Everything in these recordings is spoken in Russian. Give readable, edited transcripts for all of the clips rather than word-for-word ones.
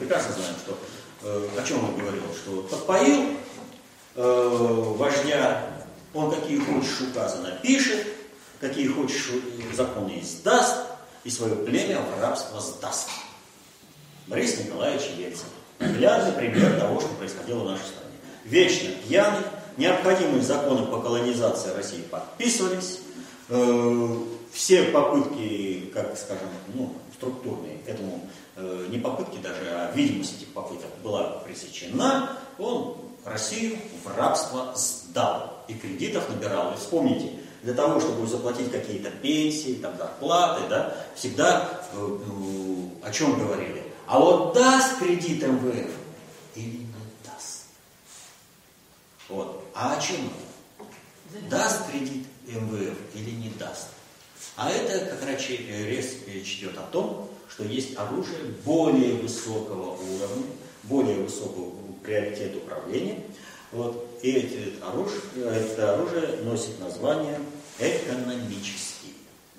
прекрасно знаем, что, о чем он говорил, что подпоил вождя, он какие хочешь указы напишет, какие хочешь законы издаст, и свое племя в рабство сдаст. Борис Николаевич Ельцин. Наглядный пример того, что происходило в нашей стране. Вечно пьяный, необходимые законы по колонизации России подписывались, все попытки, как скажем, структурные, к этому не попытки даже, а видимость этих попыток была пресечена, он Россию в рабство сдал и кредитов набирал. И вспомните, для того, чтобы заплатить какие-то пенсии, там, зарплаты, да, всегда о чем говорили? А вот даст кредит МВФ или не даст? Вот. А о чем? Даст кредит МВФ или не даст? А это как раз речь идет о том, что есть оружие более высокого уровня, более высокого приоритета управления. Вот. И это оружие носит название экономический.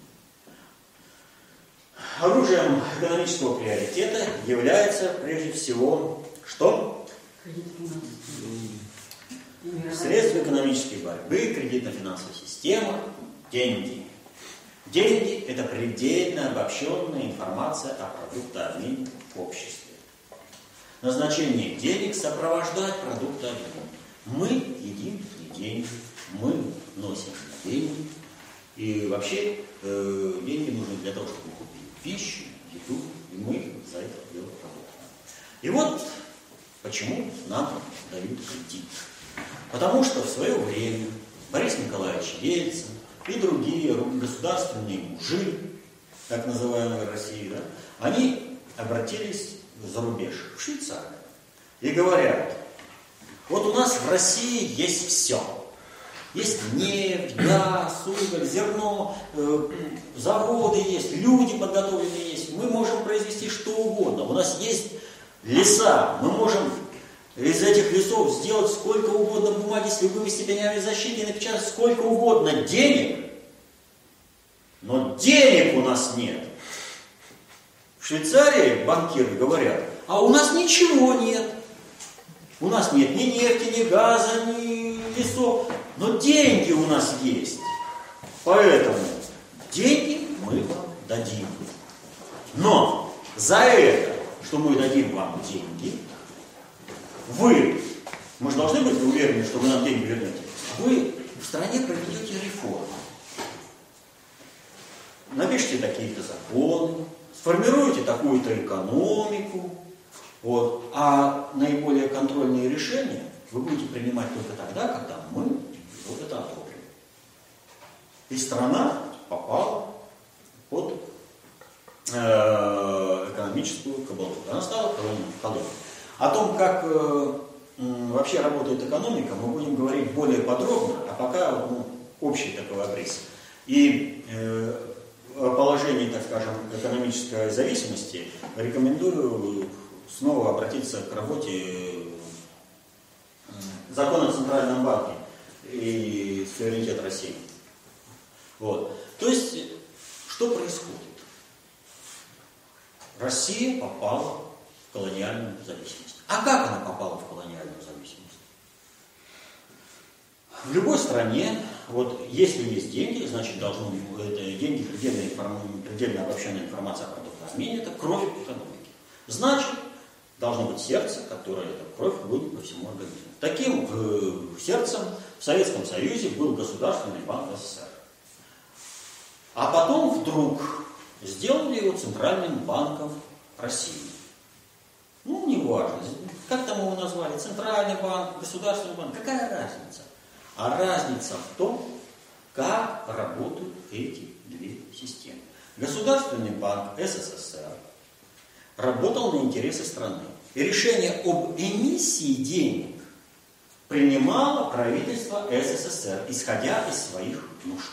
Оружием экономического приоритета является прежде всего что? Средства экономической борьбы, кредитно-финансовая система, деньги. Деньги – это предельно обобщенная информация о продуктообмене в обществе. Назначение денег – сопровождать продуктообмен. Мы едим не деньги, мы носим деньги. И вообще деньги нужны для того, чтобы купить пищу, еду, и мы за это делаем работу. И вот почему нам дают кредит. Потому что в свое время Борис Николаевич Ельцин и другие государственные мужи, так называемые в России, да, они обратились за рубеж, в Швейцарию, и говорят: вот у нас в России есть все. Есть нефть, газ, уголь, зерно, заводы есть, люди подготовленные есть. Мы можем произвести что угодно. У нас есть леса. Мы можем из этих лесов сделать сколько угодно бумаги с любыми степенями защиты и напечатать сколько угодно денег. Но денег у нас нет. В Швейцарии банкиры говорят: а у нас ничего нет. У нас нет ни нефти, ни газа, ни лесов. Но деньги у нас есть. Поэтому деньги мы вам дадим. Но за это, что мы дадим вам деньги, мы же должны быть уверены, что вы нам деньги вернете, вы в стране проведете реформу. Напишите такие-то законы, сформируете такую-то экономику, вот, а наиболее контрольные решения вы будете принимать только тогда, когда мы вот это одобрим. И страна попала под экономическую кабалу. Она стала колонией. О том, как вообще работает экономика, мы будем говорить более подробно, а пока общий такой обрез. И положение, так скажем, экономической зависимости рекомендую снова обратиться к работе закона о Центральном банке и суверенитет России. Вот. То есть, что происходит? Россия попала в колониальную зависимость. А как она попала в колониальную зависимость? В любой стране, вот если есть деньги, значит должны быть деньги, предельно обобщенная информация о продуктообмене, это кровь экономики. Значит, должно быть сердце, которое эту кровь будет по всему организму. Таким сердцем в Советском Союзе был Государственный банк СССР. А потом вдруг сделали его Центральным банком России. Неважно, как там его назвали, Центральный банк, Государственный банк, какая разница? А разница в том, как работают эти две системы. Государственный банк СССР работал на интересы страны. И решение об эмиссии денег принимало правительство СССР, исходя из своих нужд.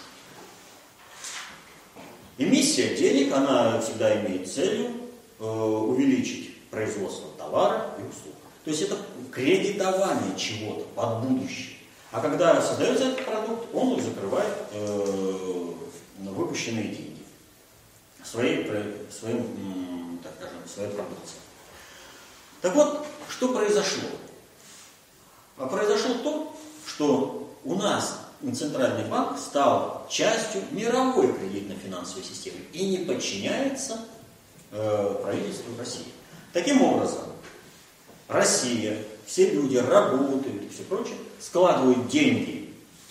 Эмиссия денег, она всегда имеет целью увеличить производство товара и услуг. То есть это кредитование чего-то под будущее. А когда создается этот продукт, он закрывает выпущенные деньги своей продукции. Так вот, что произошло? А произошло то, что у нас Центральный банк стал частью мировой кредитно-финансовой системы и не подчиняется правительству России. Таким образом, Россия, все люди работают и все прочее, складывают деньги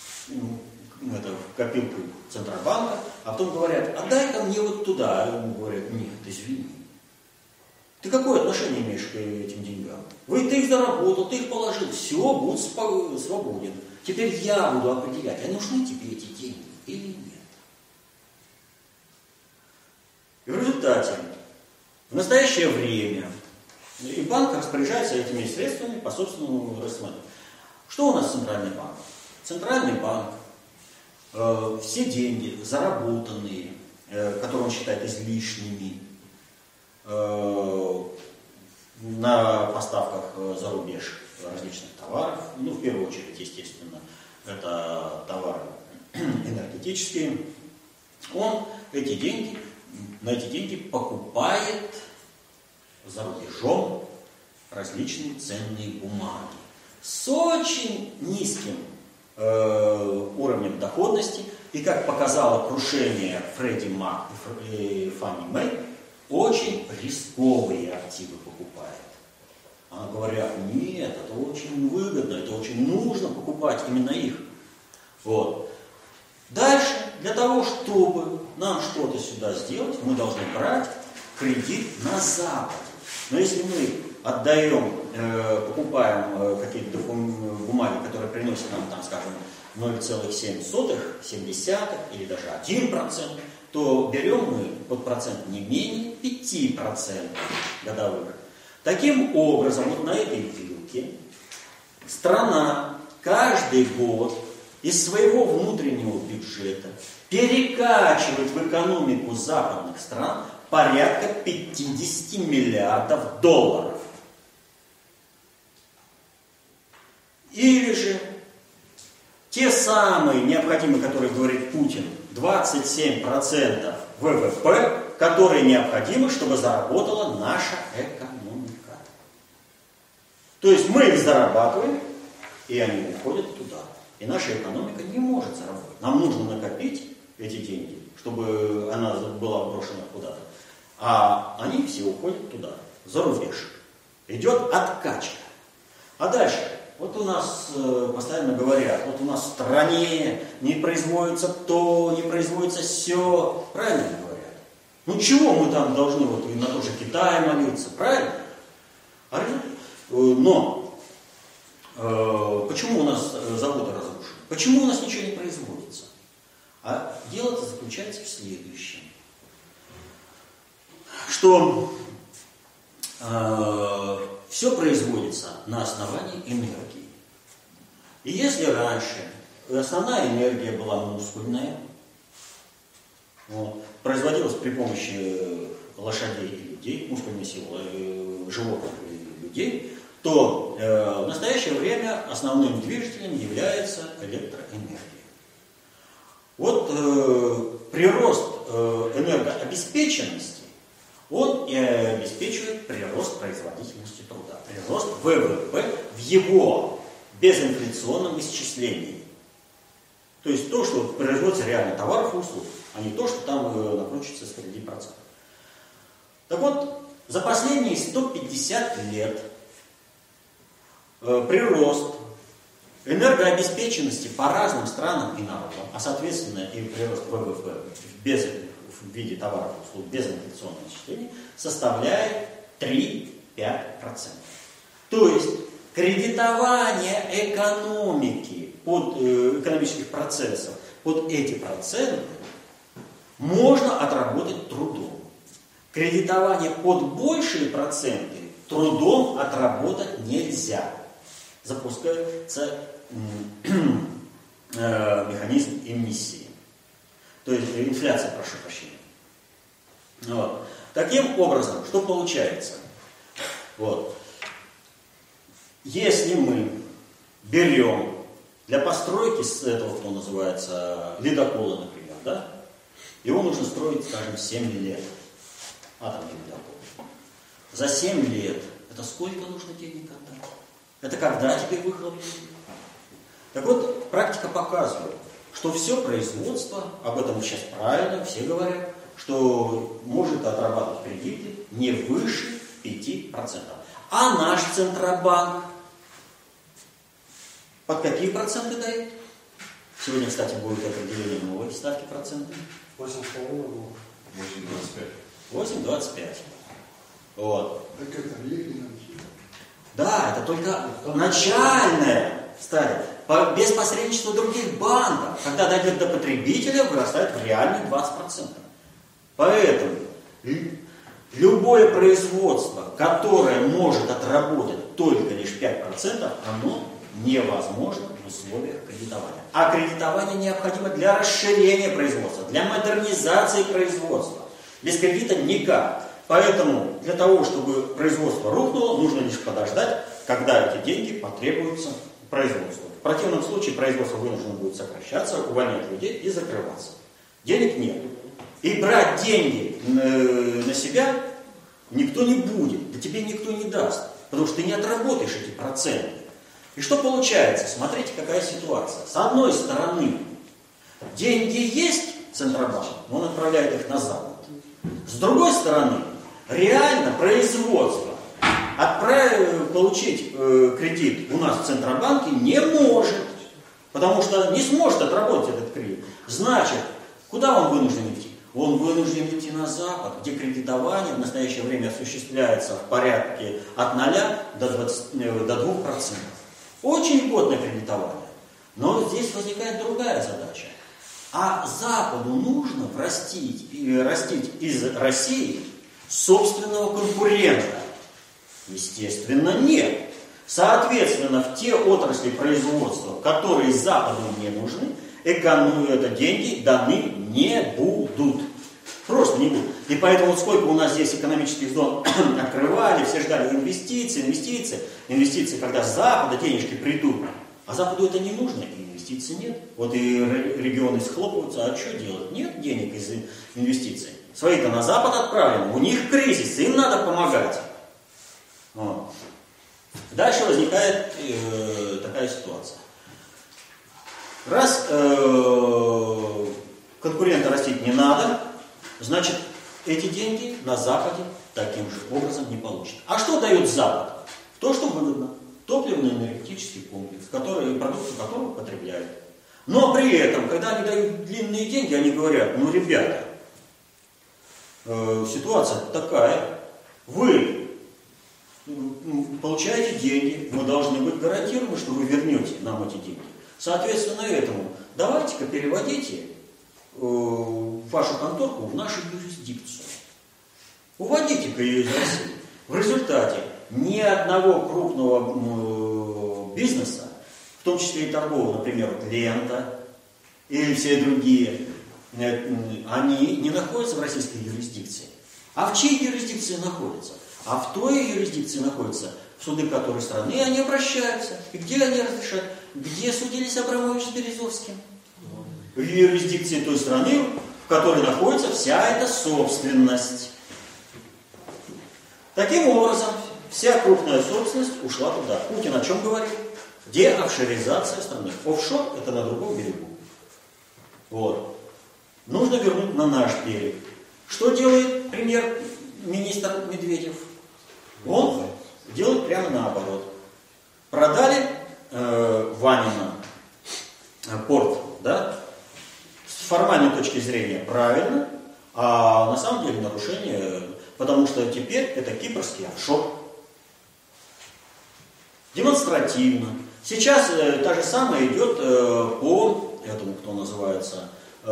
в копилку Центробанка, а потом говорят, а дай-ка мне вот туда. А ему говорят, нет, извини. Ты какое отношение имеешь к этим деньгам? Ты их заработал, ты их положил, все, будь свободен. Теперь я буду определять, а нужны тебе эти деньги или нет. И в результате, в настоящее время, и банк распоряжается этими средствами по собственному рассмотрению. Что у нас Центральный банк? Центральный банк все деньги, заработанные, которые он считает излишними, на поставках за рубеж различных товаров, в первую очередь, естественно, это товары энергетические, он на эти деньги покупает за рубежом различные ценные бумаги с очень низким уровнем доходности, и, как показало крушение Фредди Мак и Фанни Мэй, очень рисковые активы покупает. Она говорят, нет, это очень выгодно, это очень нужно покупать именно их. Вот. Дальше, для того, чтобы нам что-то сюда сделать, мы должны брать кредит на Западе. Но если мы покупаем какие-то бумаги, которые приносят нам, скажем, 0,7 или даже 1%, то берем мы под процент не менее 5% годовых. Таким образом, вот на этой вилке страна каждый год из своего внутреннего бюджета перекачивает в экономику западных стран порядка 50 миллиардов долларов. Или же те самые необходимые, которые говорит Путин, 27% ВВП, которые необходимы, чтобы заработала наша экономика. То есть мы их зарабатываем, и они уходят туда. И наша экономика не может заработать. Нам нужно накопить эти деньги, чтобы она была брошена куда-то. А они все уходят туда, за рубеж. Идет откачка. А дальше, вот у нас постоянно говорят, вот у нас в стране не производится то, не производится сё. Правильно говорят? Чего мы там должны и на тот же Китай молиться, правильно? Но почему у нас заводы разрушены? Почему у нас ничего не производится? А дело-то заключается в следующем. Что все производится на основании энергии. И если раньше основная энергия была мускульная, производилась при помощи лошадей и людей, мускульной силы животных и людей, то в настоящее время основным движителем является электроэнергия. Вот прирост энергообеспеченности, он и обеспечивает прирост производительности труда, прирост ВВП в его безинфляционном исчислении. То есть то, что производится реально товаров и услуг, а не то, что там накручивается среди процентов. Так вот, за последние 150 лет прирост энергообеспеченности по разным странам и народам, а соответственно и прирост ВВП в виде товаров и услуг без инфляционного исчисления составляет 3-5%. То есть кредитование экономики экономических процессов под эти проценты можно отработать трудом. Кредитование под большие проценты трудом отработать нельзя. Запускается механизм эмиссии. То есть инфляция, прошу прощения. Вот. Таким образом, что получается? Вот. Если мы берем для постройки с этого, что называется, ледокола, например, да? Его нужно строить, скажем, 7 лет. Атомный ледокол. За 7 лет Это сколько нужно денег отдать? Это когда тебе выхлоп? Так вот, практика показывает, что все производство, об этом сейчас правильно все говорят, что может отрабатывать кредиты не выше 5%. А наш Центробанк под какие проценты дает? Сегодня, кстати, будет определение новой ставки процентной. 8,5. 8,25. 8,25. Вот. Так это легкий. Да, это только начальная стадия. Без посредничества других банков, когда дойдет до потребителя, вырастает в реальные 20%. Поэтому любое производство, которое может отработать только лишь 5%, оно невозможно в условиях кредитования. А кредитование необходимо для расширения производства, для модернизации производства. Без кредита никак. Поэтому для того, чтобы производство рухнуло, нужно лишь подождать, когда эти деньги потребуются производству. В противном случае производство вынуждено будет сокращаться, увольнять людей и закрываться. Денег нет. И брать деньги на себя никто не будет, да тебе никто не даст, потому что ты не отработаешь эти проценты. И что получается? Смотрите, какая ситуация. С одной стороны, деньги есть Центробанк, но он отправляет их на Запад. С другой стороны, реально производство получить кредит у нас в Центробанке не может, потому что не сможет отработать этот кредит. Значит, куда он вынужден идти? Он вынужден идти на Запад, где кредитование в настоящее время осуществляется в порядке от 0 до 2%. Очень льготное кредитование. Но здесь возникает другая задача. А Западу нужно растить из России собственного конкурента? Естественно, нет. Соответственно, в те отрасли производства, которые Западу не нужны, деньги даны не будут. Просто не будут. И поэтому вот сколько у нас здесь экономических зон открывали, все ждали инвестиции, когда с Запада денежки придут. А Западу это не нужно, и инвестиций нет. Вот и регионы схлопываются, а что делать? Нет денег из инвестиций. Свои-то на Запад отправлены, у них кризис, им надо помогать. Вот. Дальше возникает такая ситуация. Раз конкурента растить не надо, значит, эти деньги на Западе таким же образом не получат. А что дает Запад? То, что выгодно. Топливно-энергетический комплекс, продукцию которого потребляют. Но при этом, когда они дают длинные деньги, они говорят, ну, ребята, ситуация такая, вы получаете деньги, мы должны быть гарантированы, что вы вернете нам эти деньги. Соответственно этому, давайте-ка переводите вашу конторку в нашу юрисдикцию. Уводите-ка ее из России. В результате ни одного крупного бизнеса, в том числе и торгового, например, Лента или все другие, они не находятся в российской юрисдикции. А в чьей юрисдикции находятся? А в той юрисдикции находятся, в суды которой страны, и они обращаются. И где они разрешают? Где судились Абрамович с Березовским? В юрисдикции той страны, в которой находится вся эта собственность. Таким образом, вся крупная собственность ушла туда. Путин о чем говорит? Деофшоризация страны. Офшор – это на другом берегу. Вот. Нужно вернуть на наш берег. Что делает премьер-министр Медведев? Он делает прямо наоборот. Продали Ванина порт, да? С формальной точки зрения правильно, а на самом деле нарушение, потому что теперь это кипрский офшор. Демонстративно. Сейчас та же самая идет по этому, кто называется,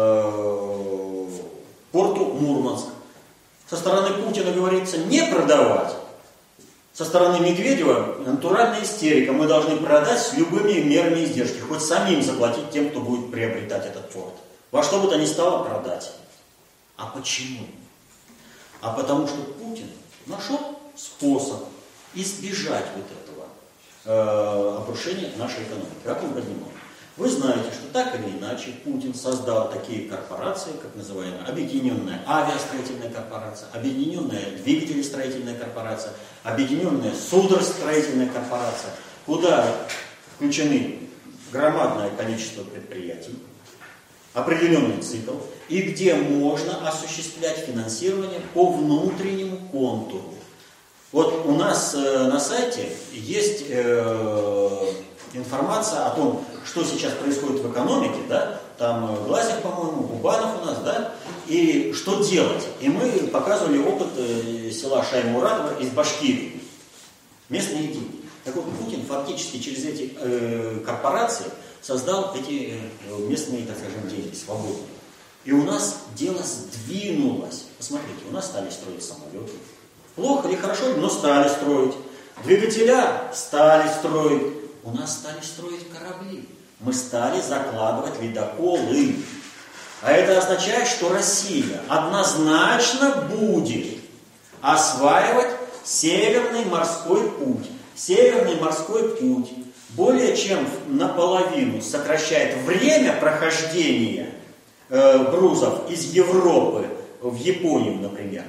порту Мурманск. Со стороны Путина говорится не продавать. Со стороны Медведева натуральная истерика. Мы должны продать с любыми мерами издержки. Хоть самим заплатить тем, кто будет приобретать этот порт. Во что бы то ни стало продать. А почему? А потому что Путин нашел способ избежать вот этого обрушения нашей экономики. Как он понимал? Вы знаете, что так или иначе Путин создал такие корпорации, как называемая Объединенная авиастроительная корпорация, Объединенная двигателестроительная корпорация, Объединенная судостроительная корпорация, куда включены громадное количество предприятий, определенный цикл, и где можно осуществлять финансирование по внутреннему контуру. Вот у нас на сайте есть информация о том, что сейчас происходит в экономике, да, там Глазик, по-моему, Губанов у нас, да, и что делать. И мы показывали опыт села Шаймуратова из Башкирии. Местные деньги. Так вот, Путин фактически через эти корпорации создал эти местные, так скажем, деньги, свободные. И у нас дело сдвинулось. Посмотрите, у нас стали строить самолеты. Плохо или хорошо, но стали строить. Двигателя стали строить. У нас стали строить корабли. Мы стали закладывать ледоколы. А это означает, что Россия однозначно будет осваивать Северный морской путь. Северный морской путь более чем наполовину сокращает время прохождения грузов из Европы в Японию, например.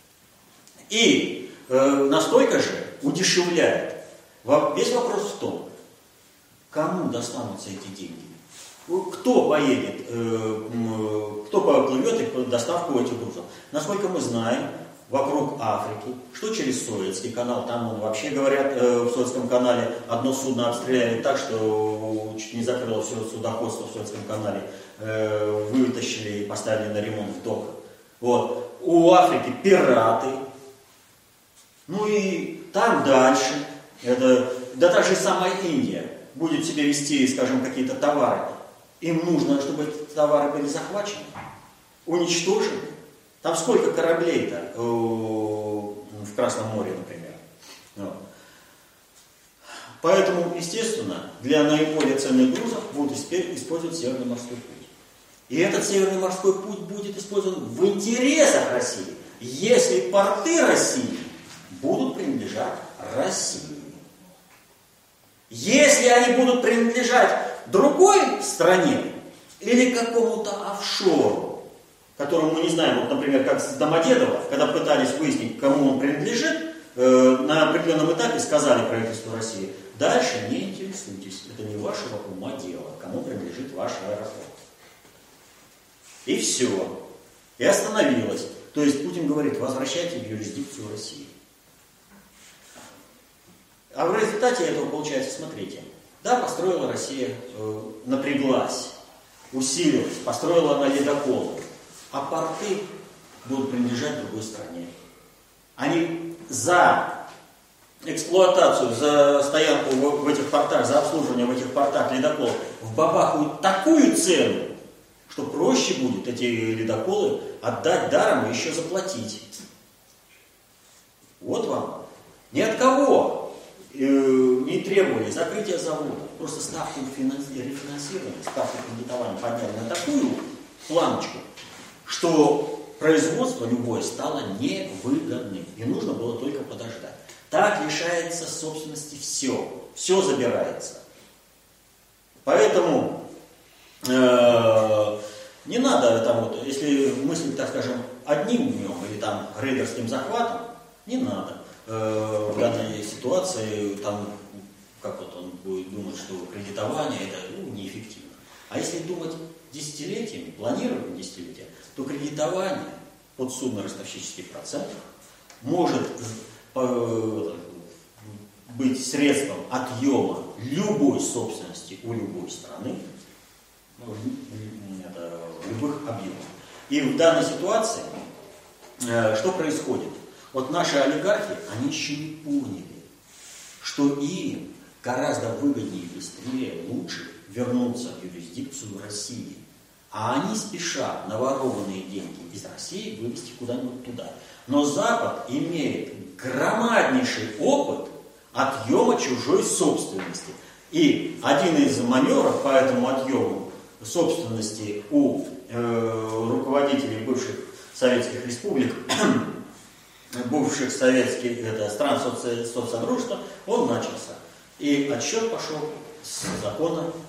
И настолько же удешевляет. Весь вопрос в том, кому достанутся эти деньги. Кто поедет, кто поплывет и доставку этих грузов. Насколько мы знаем, вокруг Африки, что через Суэцкий канал, там, вообще говорят, в Суэцком канале одно судно обстреляли так, что чуть не закрыло все судоходство в Суэцком канале, вытащили и поставили на ремонт в док. Вот. У Африки пираты. Ну и там дальше, да даже самая Индия будет себе вести, скажем, какие-то товары. Им нужно, чтобы эти товары были захвачены, уничтожены. Там сколько кораблей-то в Красном море, например. Вот. Поэтому, естественно, для наиболее ценных грузов будут использовать Северный морской путь. И этот Северный морской путь будет использован в интересах России, если порты России будут принадлежать России. Если они будут принадлежать другой стране или какому-то офшору, которому мы не знаем, вот, например, как с Домодедово, когда пытались выяснить, кому он принадлежит, на определенном этапе сказали правительству России: дальше не интересуйтесь, это не вашего ума дело, кому принадлежит ваш аэропорт. И все. И остановилось. То есть Путин говорит: возвращайте в юрисдикцию России. А в результате этого получается, смотрите, да, построила Россия, напряглась, усилилась, построила она ледоколы, а порты будут принадлежать другой стране. Они за эксплуатацию, за стоянку в этих портах, за обслуживание в этих портах ледоколов вбабахают такую цену, что проще будет эти ледоколы отдать даром и еще заплатить. Вот вам. Ни от кого не требовали закрытия завода. Просто ставку рефинансирования, ставку кредитования подняли на такую планочку, что производство любое стало невыгодным. И нужно было только подождать. Так лишается собственности все. Все забирается. Поэтому не надо там вот, если мыслить, так скажем, одним днем или там рейдерским захватом, не надо. В данной ситуации там, как вот он будет думать, что кредитование это неэффективно. А если думать десятилетиями, планировать десятилетия, то кредитование под суммно-ростовщических процентов может быть средством отъема любой собственности у любой страны, любых объемов. И в данной ситуации что происходит? Вот наши олигархи, они еще не поняли, что им гораздо выгоднее, быстрее, лучше вернуться в юрисдикцию России. А они спешат наворованные деньги из России вывести куда-нибудь туда. Но Запад имеет громаднейший опыт отъема чужой собственности. И один из маневров по этому отъему собственности у руководителей бывших советских республик, бывших советских стран соцсодружества, он начался. И отсчет пошел с закона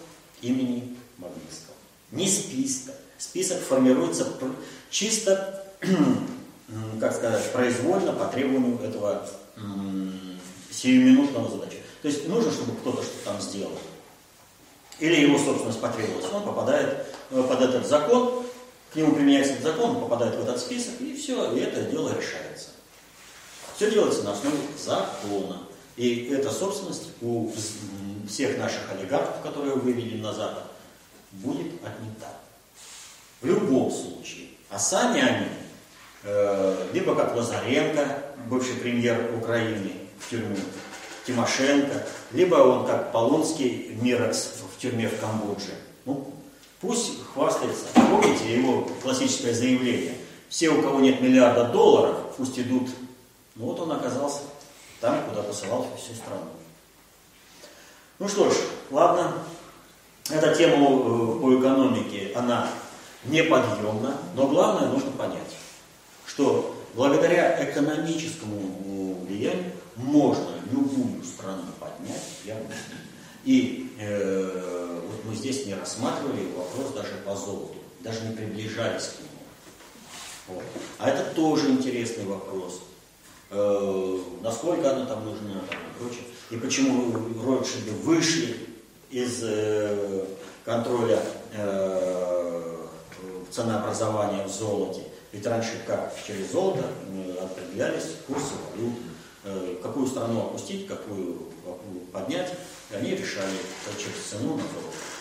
имени Магнитского. Не списка. Список формируется чисто, как сказать, произвольно по требованию этого сиюминутного задачи. То есть нужно, чтобы кто-то что-то там сделал. Или его собственность потребовалась. Он попадает под этот закон, к нему применяется этот закон, он попадает в этот список, и все, и это дело решается. Все делается на основе закона. И эта собственность у всех наших олигархов, которые вывели на Запад, будет отнята. В любом случае. А сами они, либо как Лазаренко, бывший премьер Украины, в тюрьму, Тимошенко, либо он как Полонский Мирекс в тюрьме в Камбодже. Ну, пусть хвастается. Помните его классическое заявление? Все, у кого нет $1 миллиарда, пусть идут. Ну вот он оказался там, куда посылал всю страну. Ну что ж, ладно. Эта тема по экономике, она неподъемна, но главное нужно понять, что благодаря экономическому влиянию можно любую страну поднять и объединить. И вот мы здесь не рассматривали вопрос даже по золоту, даже не приближались к нему. Вот. А это тоже интересный вопрос. Насколько оно там нужно и прочее. И почему Ротшильды вышли из контроля ценообразования в золоте. Ведь раньше как через золото определялись курсы валют, какую страну опустить, какую поднять, и они решали через цену на золото.